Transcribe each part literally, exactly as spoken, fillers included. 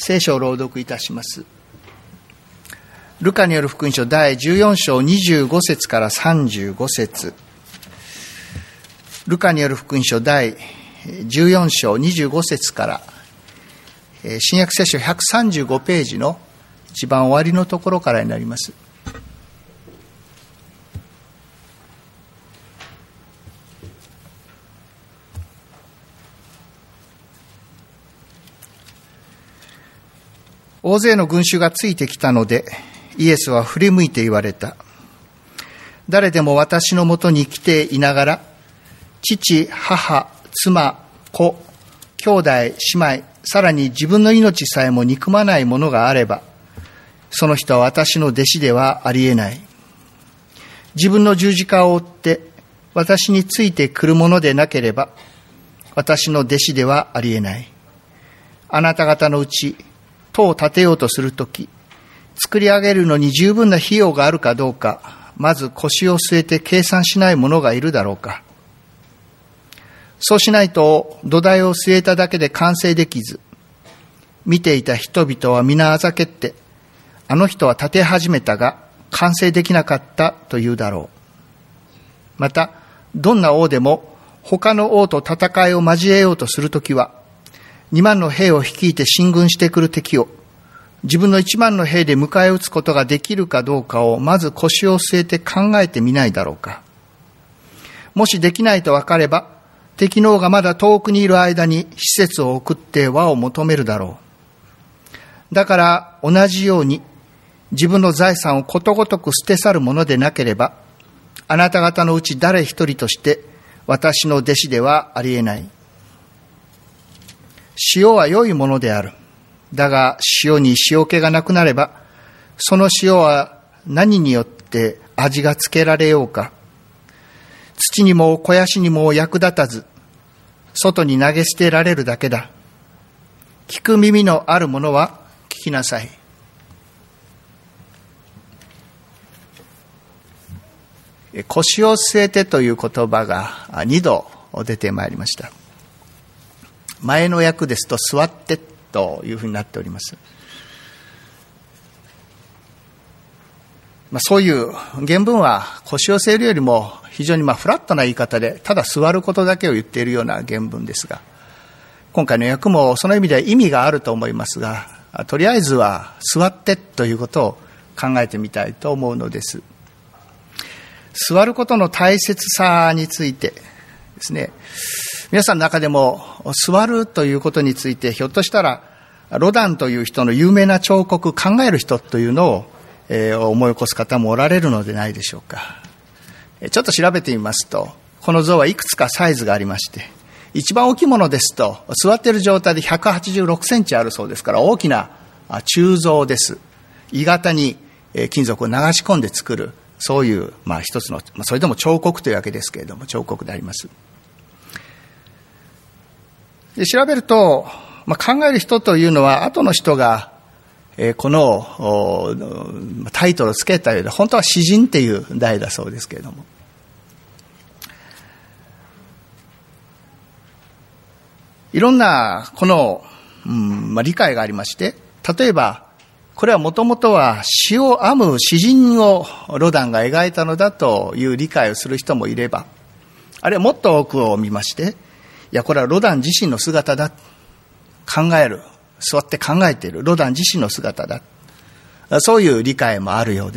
聖書を朗読いたします。ルカによる福音書だいじゅうよん章にじゅうご節からさんじゅうご節。ルカによる福音書だいじゅうよん章にじゅうご節から新約聖書ひゃくさんじゅうごページの一番終わりのところからになります。大勢の群衆がついてきたので、イエスは振り向いて言われた。誰でも私のもとに来ていながら、父、母、妻、子、兄弟、姉妹、さらに自分の命さえも憎まないものがあれば、その人は私の弟子ではありえない。自分の十字架を追って私についてくるものでなければ、私の弟子ではありえない。あなた方のうち、塔を建てようとするとき、作り上げるのに十分な費用があるかどうか、まず腰を据えて計算しない者がいるだろうか。そうしないと土台を据えただけで完成できず、見ていた人々は皆あざけって、あの人は建て始めたが完成できなかったというだろう。また、どんな王でも他の王と戦いを交えようとするときは、二万の兵を率いて進軍してくる敵を、自分の一万の兵で迎え撃つことができるかどうかをまず腰を据えて考えてみないだろうか。もしできないと分かれば、敵の王がまだ遠くにいる間に施設を送って和を求めるだろう。だから同じように自分の財産をことごとく捨て去るものでなければ、あなた方のうち誰一人として私の弟子ではありえない。塩は良いものである。だが塩に塩気がなくなれば、その塩は何によって味がつけられようか。土にも肥やしにも役立たず、外に投げ捨てられるだけだ。聞く耳のあるものは聞きなさい。腰を据えてという言葉がにど出てまいりました。前の訳ですと座ってというふうになっております。まあ、そういう原文は腰を据えるよりも非常にまあフラットな言い方で、ただ座ることだけを言っているような原文ですが、今回の訳もその意味では意味があると思いますが、とりあえずは座ってということを考えてみたいと思うのです。座ることの大切さについてですね、皆さんの中でも座るということについてひょっとしたらロダンという人の有名な彫刻、考える人というのを、えー、思い起こす方もおられるのでないでしょうか。ちょっと調べてみますと、この像はいくつかサイズがありまして、一番大きいものですと座っている状態でひゃくはちじゅうろくセンチあるそうですから、大きな鋳造です。鋳型に金属を流し込んで作る、そういう、まあ、一つの、それでも彫刻というわけですけれども、彫刻であります。で、調べると、まあ、考える人というのは、後の人が、えー、このタイトルをつけたようで、本当は詩人っていう題だそうですけれども、いろんなこの、うんまあ、理解がありまして、例えばこれはもともとは詩を編む詩人をロダンが描いたのだという理解をする人もいれば、あるいはもっと多くを見まして、いやこれはロダン自身の姿だ、考える、座って考えているロダン自身の姿だ、そういう理解もあるようです。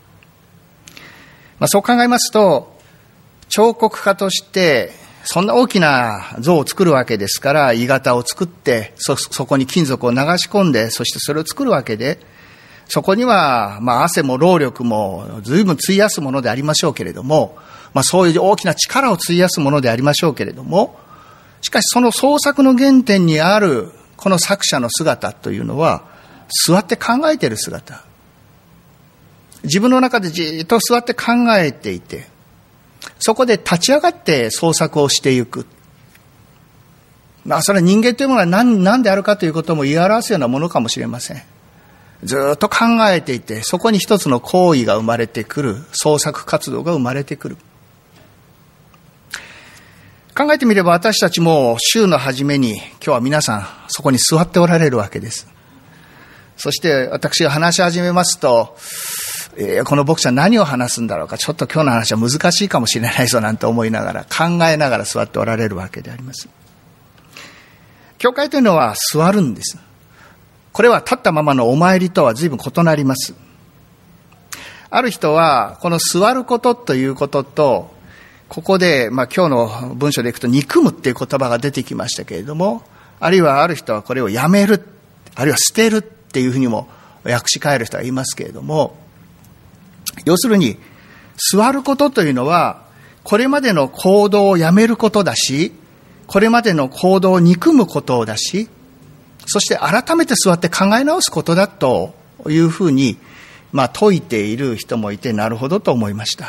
まあ、そう考えますと、彫刻家としてそんな大きな像を作るわけですから、鋳型を作って そ, そこに金属を流し込んで、そしてそれを作るわけで、そこにはまあ汗も労力も随分費やすものでありましょうけれども、まあ、そういう大きな力を費やすものでありましょうけれども、しかしその創作の原点にあるこの作者の姿というのは、座って考えている姿、自分の中でじっと座って考えていて、そこで立ち上がって創作をしていく。まあ、それは人間というものは 何, 何であるかということも言い表すようなものかもしれません。ずっと考えていて、そこに一つの行為が生まれてくる、創作活動が生まれてくる。考えてみれば、私たちも週の初めに今日は皆さんそこに座っておられるわけです。 そして私が話し始めますと、えー、この牧師は何を話すんだろうか、ちょっと今日の話は難しいかもしれないぞなんて思いながら、考えながら座っておられるわけであります。教会というのは座るんです。これは立ったままのお参りとは随分異なります。ある人はこの座ることということと、ここで、まあ、今日の文章でいくと憎むっていう言葉が出てきましたけれども、あるいはある人はこれをやめる、あるいは捨てるっていうふうにも訳し替える人は言いますけれども、要するに座ることというのはこれまでの行動をやめることだし、これまでの行動を憎むことだし、そして改めて座って考え直すことだというふうに、まあ、説いている人もいて、なるほどと思いました。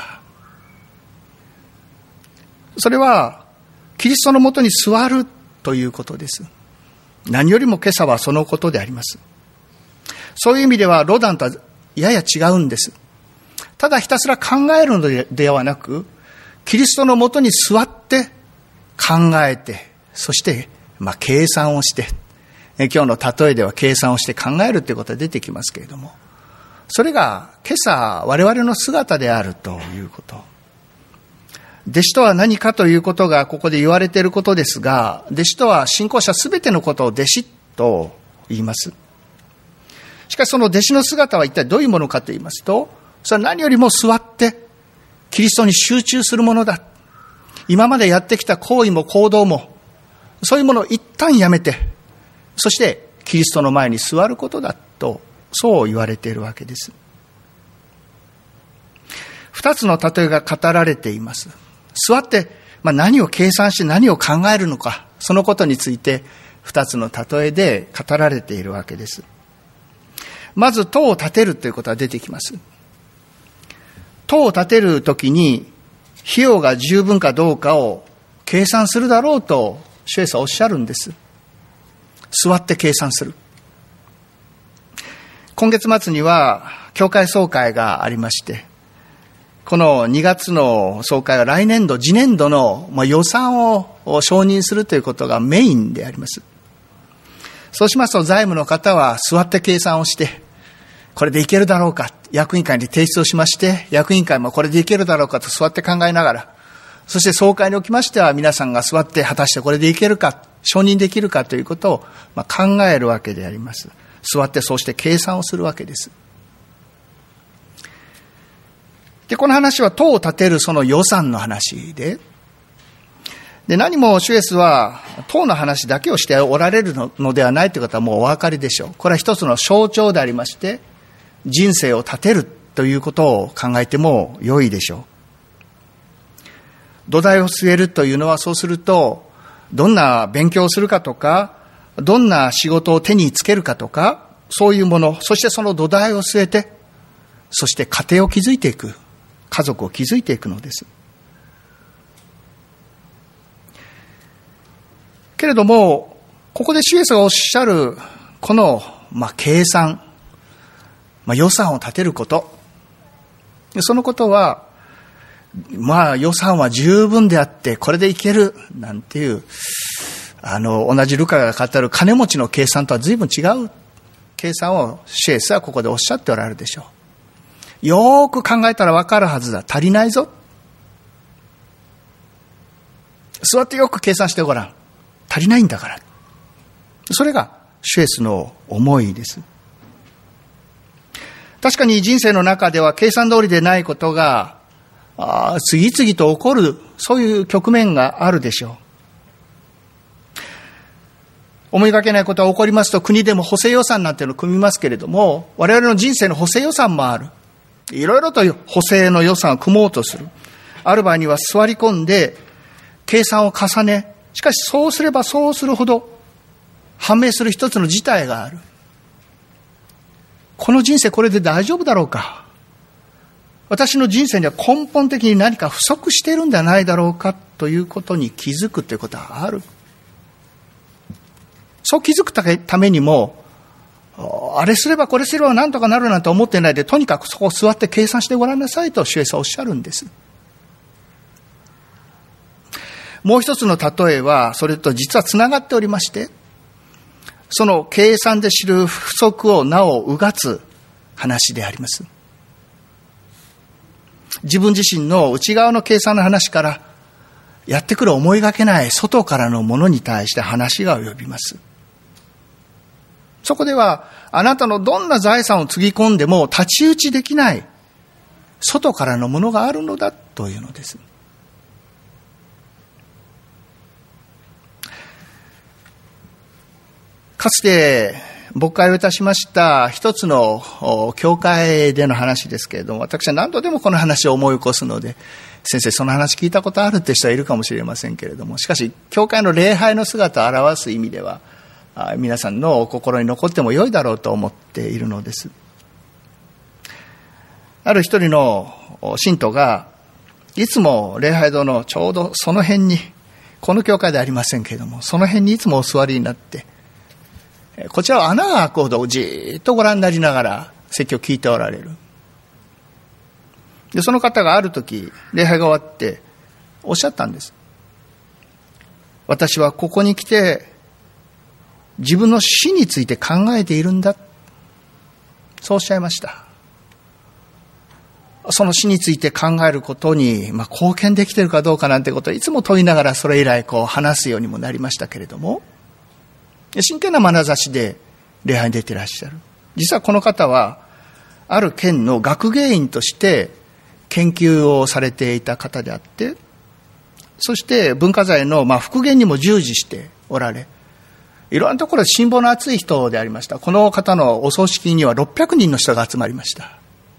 それはキリストのもとに座るということです。何よりも今朝はそのことであります。そういう意味ではロダンとはやや違うんです。ただひたすら考えるのではなく、キリストのもとに座って考えて、そしてまあ計算をして、今日の例えでは計算をして考えるということが出てきますけれども、それが今朝我々の姿であるということ。弟子とは何かということがここで言われていることですが、弟子とは信仰者すべてのことを弟子と言います。しかしその弟子の姿は一体どういうものかと言いますと、それは何よりも座ってキリストに集中するものだ。今までやってきた行為も行動も、そういうものを一旦やめて、そしてキリストの前に座ることだと、そう言われているわけです。二つの例えが語られています。座って、まあ、何を計算して何を考えるのか、そのことについて二つの例えで語られているわけです。まず塔を建てるということが出てきます。塔を建てるときに費用が十分かどうかを計算するだろうと主イエスはおっしゃるんです。座って計算する。今月末には教会総会がありまして、このにがつの総会は来年度、次年度の予算を承認するということがメインであります。そうしますと財務の方は座って計算をして、これでいけるだろうか、役員会に提出をしまして、役員会もこれでいけるだろうかと座って考えながら、そして総会におきましては皆さんが座って果たしてこれでいけるか、承認できるかということを考えるわけであります。座ってそうして計算をするわけです。で、この話は塔を建てるその予算の話で、で、何も主イエスは塔の話だけをしておられるのではないということはもうお分かりでしょう。これは一つの象徴でありまして、人生を建てるということを考えても良いでしょう。土台を据えるというのは、そうするとどんな勉強をするかとか、どんな仕事を手につけるかとか、そういうもの、そしてその土台を据えて、そして家庭を築いていく、家族を築いていくのです。けれども、ここで主イエスがおっしゃるこの、まあ、計算、まあ、予算を立てること、そのことはまあ予算は十分であってこれでいけるなんていう、あの同じルカが語る金持ちの計算とは随分違う計算をシエスはここでおっしゃっておられるでしょう。よーく考えたら分かるはずだ。足りないぞ。座ってよく計算してごらん。足りないんだから。それがシエスの思いです。確かに人生の中では計算通りでないことがあ次々と起こる、そういう局面があるでしょう。思いがけないことが起こりますと、国でも補正予算なんていうのを組みますけれども、我々の人生の補正予算もある。いろいろと補正の予算を組もうとする。ある場合には座り込んで計算を重ね、しかしそうすればそうするほど判明する一つの事態がある。この人生これで大丈夫だろうか。私の人生には根本的に何か不足しているんではないだろうかということに気づくということはある。そう気づくためにも、あれすればこれすればなんとかなるなんて思ってないで、とにかくそこを座って計算してごらんなさいと主イエスはおっしゃるんです。もう一つの例えはそれと実はつながっておりまして、 その計算で知る不足をなおうがつ話であります。自分自身の内側の計算の話からやってくる思いがけない外からのものに対して話が及びます。そこではあなたのどんな財産をつぎ込んでも太刀打ちできない外からのものがあるのだというのです。かつて牧会をいたしました一つの教会での話ですけれども、私は何度でもこの話を思い起こすので、先生その話聞いたことあるって人はいるかもしれませんけれども、しかし教会の礼拝の姿を表す意味では皆さんの心に残っても良いだろうと思っているのです。ある一人の信徒がいつも礼拝堂のちょうどその辺に、この教会ではありませんけれども、その辺にいつもお座りになって、こちらは穴が開くほどじーっとご覧になりながら説教を聞いておられる。でその方がある時礼拝が終わっておっしゃったんです。私はここに来て自分の死について考えているんだ、そうおっしゃいました。その死について考えることに、まあ、貢献できているかどうかなんてことをいつも問いながら、それ以来こう話すようにもなりましたけれども、真剣な眼差しで礼拝に出ていらっしゃる。実はこの方はある県の学芸員として研究をされていた方であって、そして文化財のまあ復元にも従事しておられ、いろんなところで信望の厚い人でありました。この方のお葬式にはろっぴゃくにんの人が集まりました。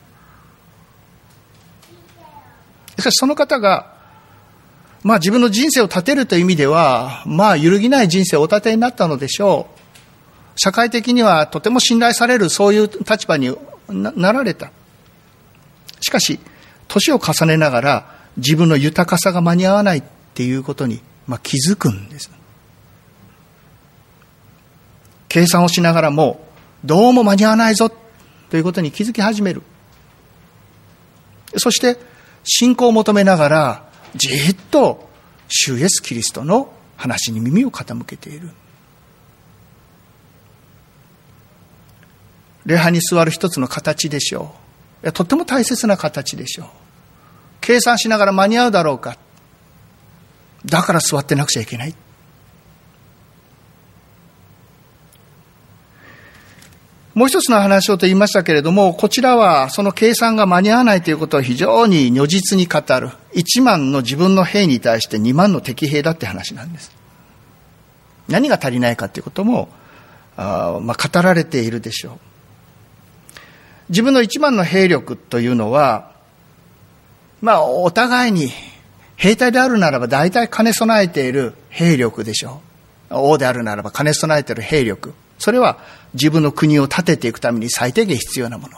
しかしその方がまあ自分の人生を立てるという意味では、まあ揺るぎない人生をお立てになったのでしょう。社会的にはとても信頼されるそういう立場に な, なられた。しかし年を重ねながら自分の豊かさが間に合わないっていうことに、まあ、気づくんです。計算をしながらもどうも間に合わないぞということに気づき始める。そして信仰を求めながらじっと主イエスキリストの話に耳を傾けている。礼拝に座る一つの形でしょう。いやとっても大切な形でしょう。計算しながら間に合うだろうか、だから座ってなくちゃいけない。もう一つの話をと言いましたけれども、こちらはその計算が間に合わないということを非常に如実に語る。いちまんの自分の兵に対してにまんの敵兵だって話なんです。何が足りないかということもあ、まあ、語られているでしょう。自分のいちまんの兵力というのは、まあお互いに兵隊であるならば大体兼ね備えている兵力でしょう。王であるならば兼ね備えている兵力。それは自分の国を立てていくために最低限必要なもの。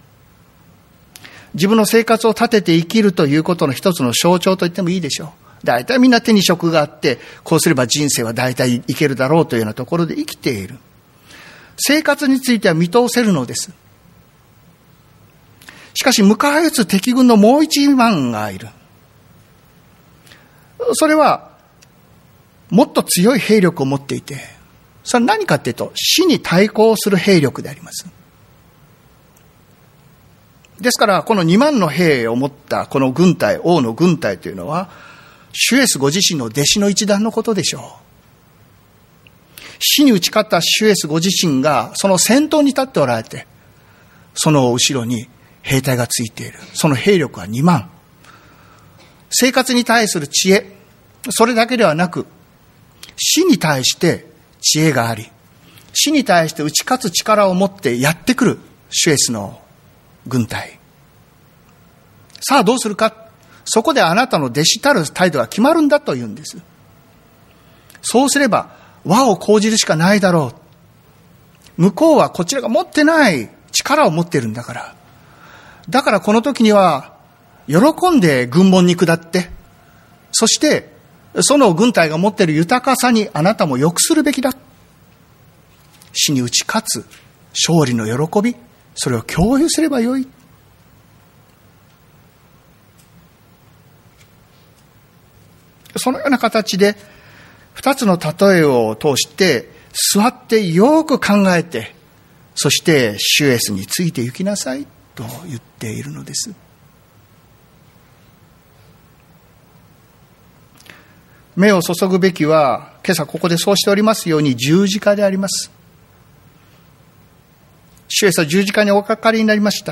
自分の生活を立てて生きるということの一つの象徴と言ってもいいでしょう。大体みんな手に職があって、こうすれば人生は大体いけるだろうというようなところで生きている。生活については見通せるのです。しかし迎え撃つ敵軍のもう一万がいる。それはもっと強い兵力を持っていて、それは何かというと死に対抗する兵力であります。ですからこのにまんの兵を持ったこの軍隊、王の軍隊というのは主イエスご自身の弟子の一団のことでしょう。死に打ち勝った主イエスご自身がその先頭に立っておられて、その後ろに兵隊がついている。その兵力はにまん。生活に対する知恵、それだけではなく死に対して知恵があり、死に対して打ち勝つ力を持ってやってくる主イエスの軍隊。さあどうするか。そこであなたの弟子たる態度が決まるんだというんです。そうすれば和を講じるしかないだろう。向こうはこちらが持ってない力を持っているんだから。だからこの時には喜んで軍門に下って、そしてその軍隊が持っている豊かさにあなたも良くするべきだ。死に打ち勝つ勝利の喜び、それを共有すればよい。そのような形で二つの例えを通して座ってよく考えて、そして主イエスについて行きなさいと言っているのです。目を注ぐべきは、今朝ここでそうしておりますように十字架であります。主イエスは十字架におかかりになりました。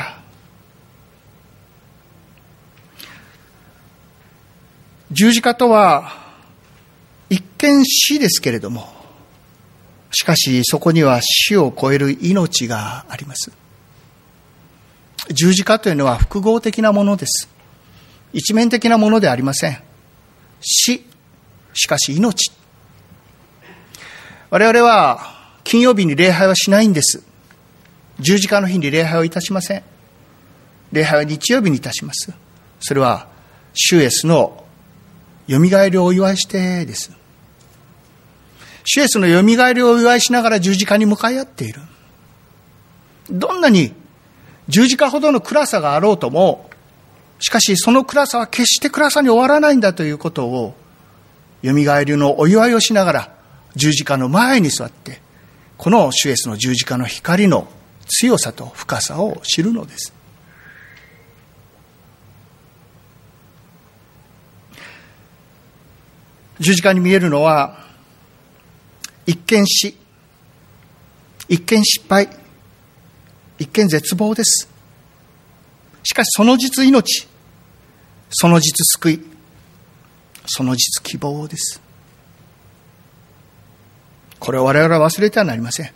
十字架とは一見死ですけれども、しかしそこには死を超える命があります。十字架というのは複合的なものです。一面的なものではありません。死、しかし命。我々は金曜日に礼拝はしないんです。十字架の日に礼拝をいたしません。礼拝は日曜日にいたします。それは主イエスのよみがえりをお祝いしてです。主イエスのよみがえりをお祝いしながら十字架に向かい合っている。どんなに十字架ほどの暗さがあろうとも、しかしその暗さは決して暗さに終わらないんだということを、よみがえりのお祝いをしながら十字架の前に座って、この主イエスの十字架の光の強さと深さを知るのです。十字架に見えるのは、一見死、一見失敗、一見絶望です。しかしその実命、その実救い、その実希望です。これを我々は忘れてはなりません。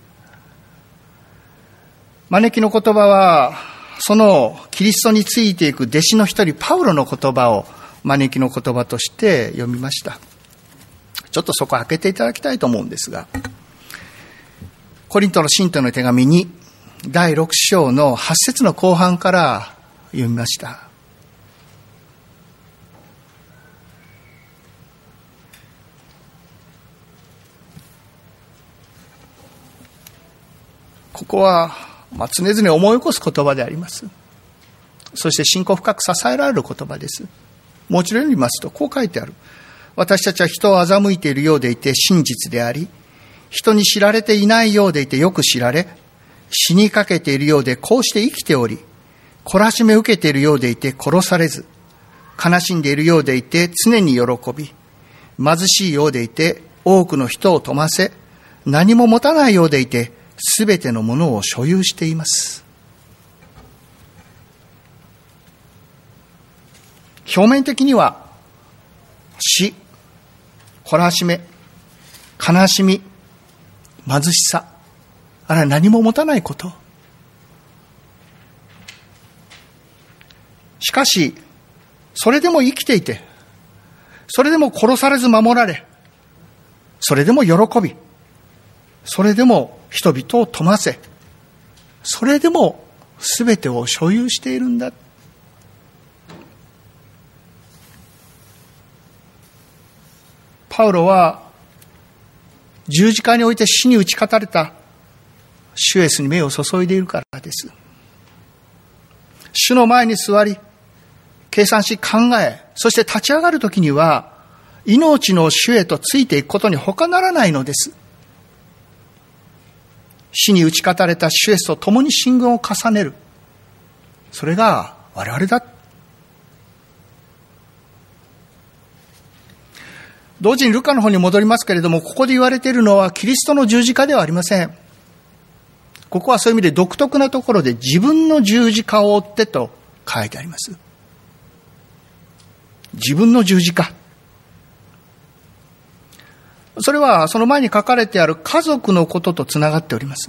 招きの言葉は、そのキリストについていく弟子の一人パウロの言葉を招きの言葉として読みました。ちょっとそこを開けていただきたいと思うんですが、コリントの信徒の手紙にだいろく章のはち節の後半から読みました。ここは、まあ、常々思い起こす言葉であります。そして信仰深く支えられる言葉です。もう一度読みますとこう書いてある。私たちは人を欺いているようでいて真実であり、人に知られていないようでいてよく知られ、死にかけているようでこうして生きており、懲らしめ受けているようでいて殺されず、悲しんでいるようでいて常に喜び、貧しいようでいて多くの人を富ませ、何も持たないようでいてすべてのものを所有しています。表面的には死、懲らしめ、悲しみ、貧しさ、あれは何も持たないこと。しかし、それでも生きていて、それでも殺されず守られ、それでも喜び、それでも人々を富ませ、それでも全てを所有しているんだ。パウロは十字架において死に打ち勝たれた主イエスに目を注いでいるからです。主の前に座り、計算し考え、そして立ち上がるときには、命の主へとついていくことに他ならないのです。死に打ち勝たれた主イエスと共に進軍を重ねる。それが我々だ。同時にルカの方に戻りますけれども、ここで言われているのはキリストの十字架ではありません。ここはそういう意味で独特なところで自分の十字架を追ってと書いてあります。自分の十字架。それはその前に書かれてある家族のこととつながっております。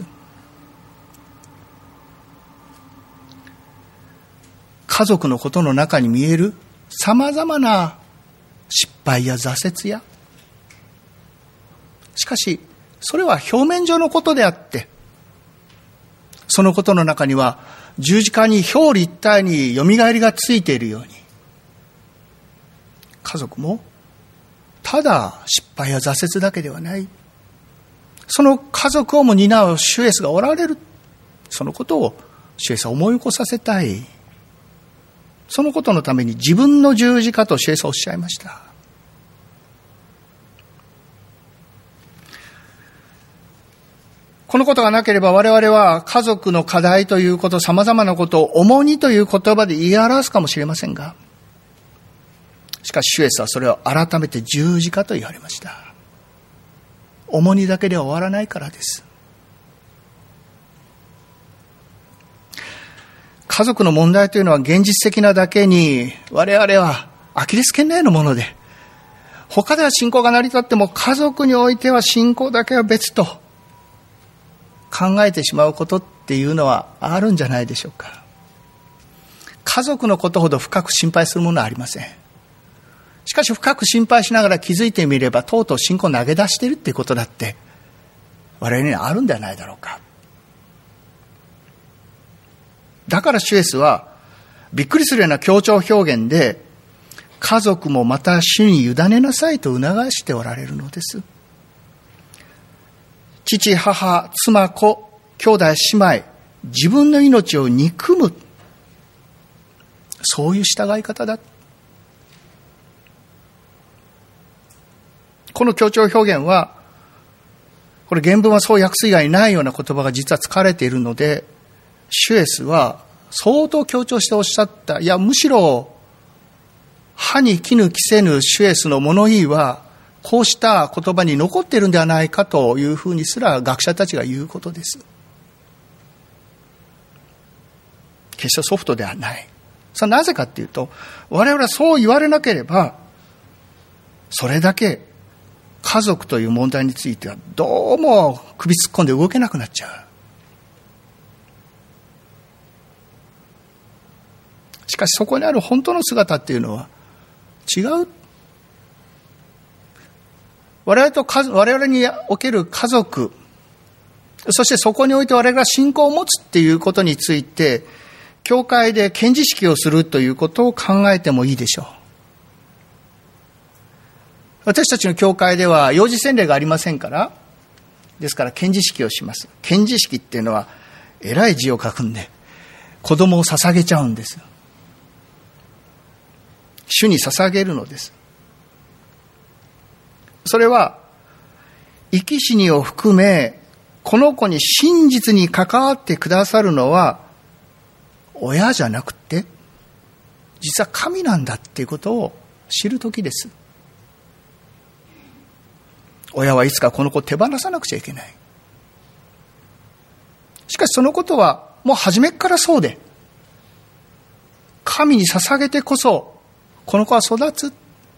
家族のことの中に見える様々な失敗や挫折や、しかしそれは表面上のことであって、そのことの中には十字架に表裏一体によみがえりがついているように、家族もただ失敗や挫折だけではない、その家族をも担う主イエスがおられる、そのことを主イエスは思い起こさせたい。そのことのために自分の十字架と主イエスはおっしゃいました。 このことがなければ我々は家族の課題ということ、様々なことを重荷という言葉で言い表すかもしれませんが、しかし主イエスはそれを改めて十字架と言われました。重荷だけでは終わらないからです。家族の問題というのは現実的なだけに、我々はアキレス腱のようなもので、他では信仰が成り立っても家族においては信仰だけは別と考えてしまうことっていうのはあるんじゃないでしょうか。家族のことほど深く心配するものはありません。しかし深く心配しながら気づいてみれば、とうとう信仰を投げ出しているっていうことだって我々にはあるんではないだろうか。だから主イエスはびっくりするような強調表現で、家族もまた主に委ねなさいと促しておられるのです。父、母、妻、子、兄弟、姉妹、自分の命を憎む、そういう従い方だ。この強調表現は、これ原文はそう訳す以外にないような言葉が実は使われているので、主イエスは相当強調しておっしゃった。いや、むしろ歯に衣着せぬ主イエスの物言いはこうした言葉に残っているんではないかというふうにすら学者たちが言うことです。決してソフトではない。それはなぜかっていうと、我々はそう言われなければ、それだけ家族という問題についてはどうも首突っ込んで動けなくなっちゃう。しかしそこにある本当の姿っていうのは違う。我々と我々における家族、そしてそこにおいて我々が信仰を持つっていうことについて、教会で献辞式をするということを考えてもいいでしょう。私たちの教会では幼児洗礼がありませんから、ですから献辞式をします。献辞式っていうのは偉い字を書くんで、子供を捧げちゃうんです。主に捧げるのです。それは生き死にを含め、この子に真実に関わってくださるのは親じゃなくて、実は神なんだっていうことを知る時です。親はいつかこの子を手放さなくちゃいけない。しかしそのことはもう初めからそうで、神に捧げてこそこの子は育つ、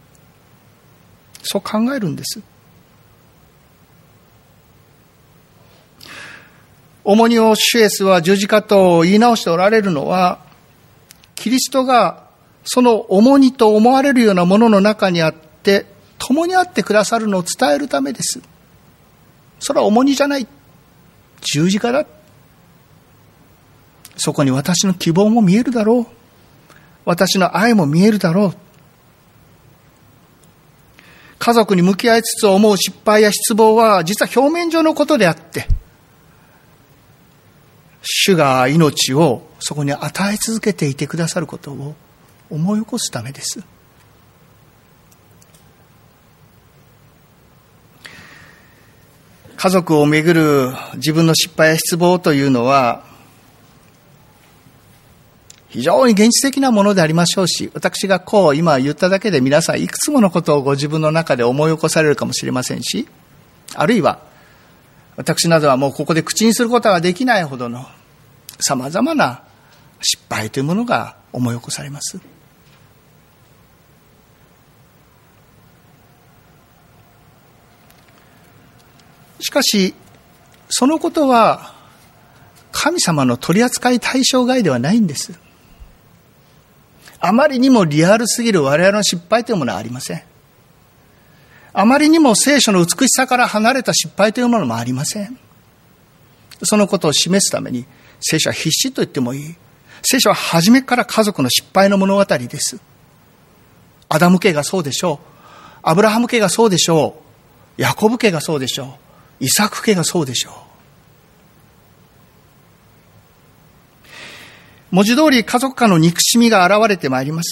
そう考えるんです。重荷を主イエスは十字架と言い直しておられるのは、キリストがその重荷と思われるようなものの中にあって共にあってくださるのを伝えるためです。それは重荷じゃない、十字架だ。そこに私の希望も見えるだろう、私の愛も見えるだろう。家族に向き合いつつ思う失敗や失望は実は表面上のことであって、主が命をそこに与え続けていてくださることを思い起こすためです。家族をめぐる自分の失敗や失望というのは非常に現実的なものでありましょうし、私がこう今言っただけで皆さんいくつものことをご自分の中で思い起こされるかもしれませんし、あるいは私などはもうここで口にすることができないほどのさまざまな失敗というものが思い起こされます。しかしそのことは神様の取り扱い対象外ではないんです。あまりにもリアルすぎる我々の失敗というものはありません。あまりにも聖書の美しさから離れた失敗というものもありません。そのことを示すために聖書は必死と言ってもいい。聖書は初めから家族の失敗の物語です。アダム家がそうでしょう。アブラハム家がそうでしょう。ヤコブ家がそうでしょう。イサク家がそうでしょう。文字通り家族間の憎しみが現れてまいります。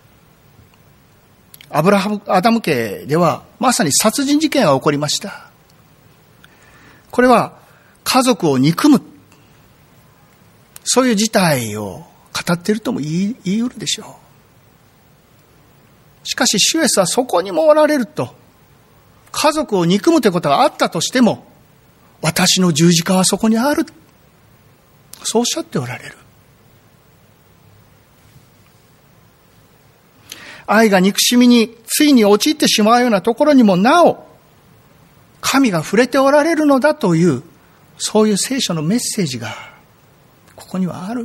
アブラハム、アダム家ではまさに殺人事件が起こりました。これは家族を憎む、そういう事態を語っているとも言い、言い得るでしょう。しかし主イエスはそこにもおられると、家族を憎むということがあったとしても、私の十字架はそこにある、そうおっしゃっておられる。愛が憎しみについに陥ってしまうようなところにもなお、神が触れておられるのだという、そういう聖書のメッセージがここにはある。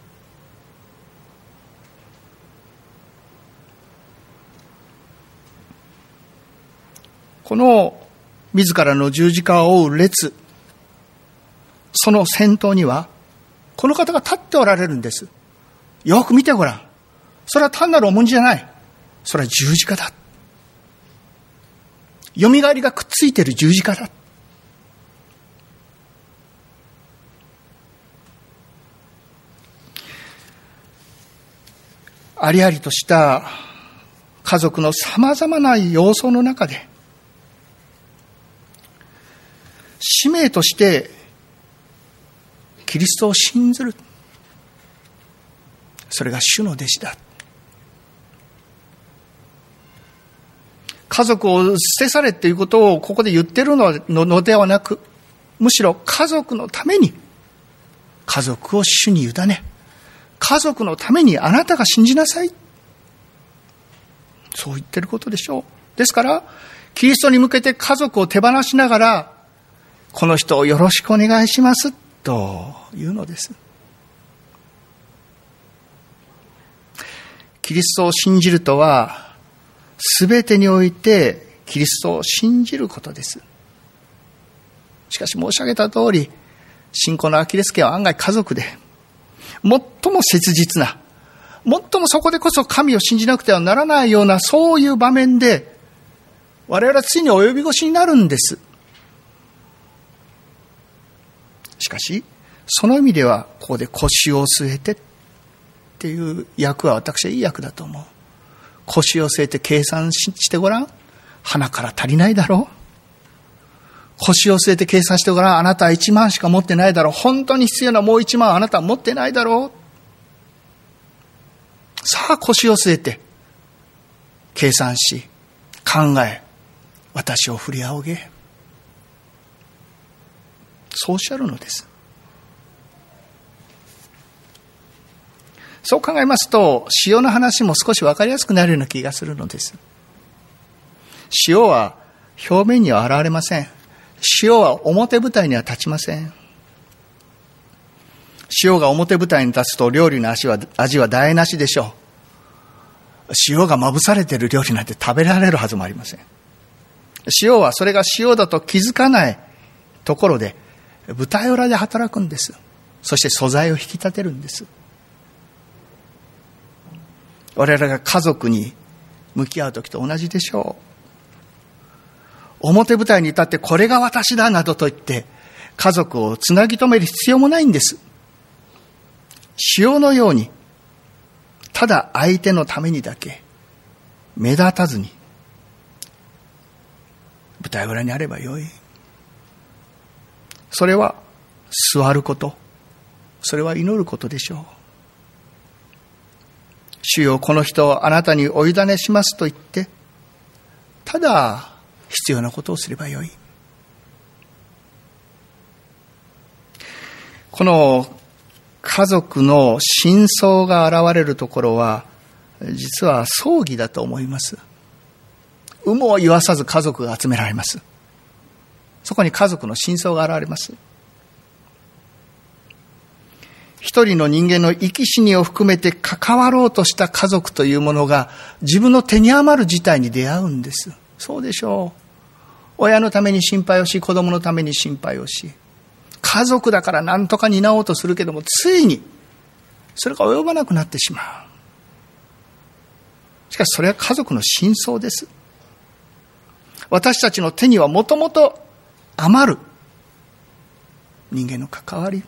この自らの十字架を追う列、その先頭にはこの方が立っておられるんです。よく見てごらん。それは単なる重荷じゃない。それは十字架だ。よみがえりがくっついている十字架だ。ありありとした家族のさまざまな要素の中で、使命としてキリストを信ずる、それが主の弟子だ。家族を捨て去れということをここで言っているのではなく、むしろ家族のために家族を主に委ね、家族のためにあなたが信じなさい、そう言っていることでしょう。ですからキリストに向けて家族を手放しながら、この人をよろしくお願いしますというのです。キリストを信じるとは、すべてにおいてキリストを信じることです。しかし申し上げた通り、信仰のアキレス腱は案外家族で、最も切実な、最もそこでこそ神を信じなくてはならないような、そういう場面で我々はついに及び腰になるんです。しかしその意味では、ここで腰を据えてっていう訳は私はいい訳だと思う。腰を据えて計算してごらん。鼻から足りないだろう。腰を据えて計算してごらん。あなたはいちまんしか持ってないだろう。本当に必要なもういちまんあなたは持ってないだろう。さあ腰を据えて計算し、考え、私を振り仰げ。そうおっしゃるのです。そう考えますと、塩の話も少し分かりやすくなるような気がするのです。塩は表面には現れません。塩は表舞台には立ちません。塩が表舞台に立つと料理の味は味は台無しでしょう。塩がまぶされている料理なんて食べられるはずもありません。塩はそれが塩だと気づかないところで舞台裏で働くんです。そして素材を引き立てるんです。我々が家族に向き合うときと同じでしょう。表舞台に立ってこれが私だなどと言って家族をつなぎ止める必要もないんです。塩のようにただ相手のためにだけ目立たずに舞台裏にあればよい。それは座ること、それは祈ることでしょう。主よ、この人をあなたにお委ねしますと言って、ただ必要なことをすればよい。この家族の真相が現れるところは、実は葬儀だと思います。有無を言わさず家族が集められます。そこに家族の真相が現れます。一人の人間の生き死にを含めて関わろうとした家族というものが自分の手に余る事態に出会うんです。そうでしょう。親のために心配をし、子供のために心配をし、家族だから何とか担おうとするけども、ついにそれが及ばなくなってしまう。しかしそれは家族の真相です。私たちの手にはもともと余る人間の関わり。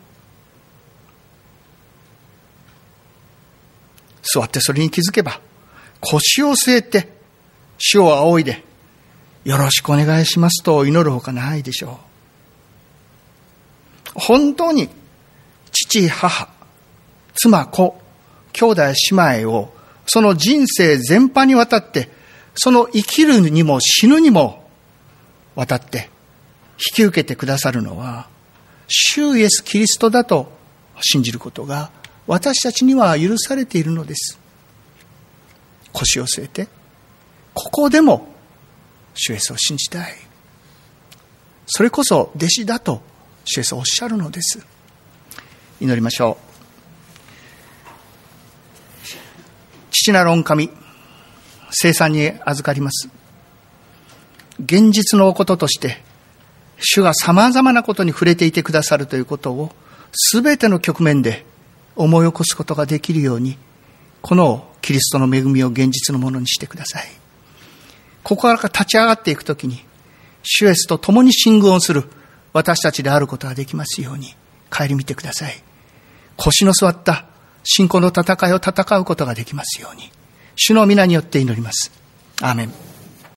座ってそれに気づけば、腰を据えて主を仰いでよろしくお願いしますと祈るほかないでしょう。 本当に父、母、妻、子、兄弟、姉妹をその人生全般にわたって、その生きるにも死ぬにもわたって引き受けてくださるのは主イエス・キリストだと信じることが私たちには許されているのです。腰を据えて、ここでも主イエスを信じたい。それこそ弟子だと主イエスはおっしゃるのです。祈りましょう。父なる御神、聖餐に預かります。現実のこととして、主が様々なことに触れていてくださるということを、すべての局面で思い起こすことができるように、このキリストの恵みを現実のものにしてください。ここから立ち上がっていくときに、主イエスと共に進軍をする私たちであることができますように、顧みてください。腰の座った信仰の戦いを戦うことができますように、主の皆によって祈ります。アーメン。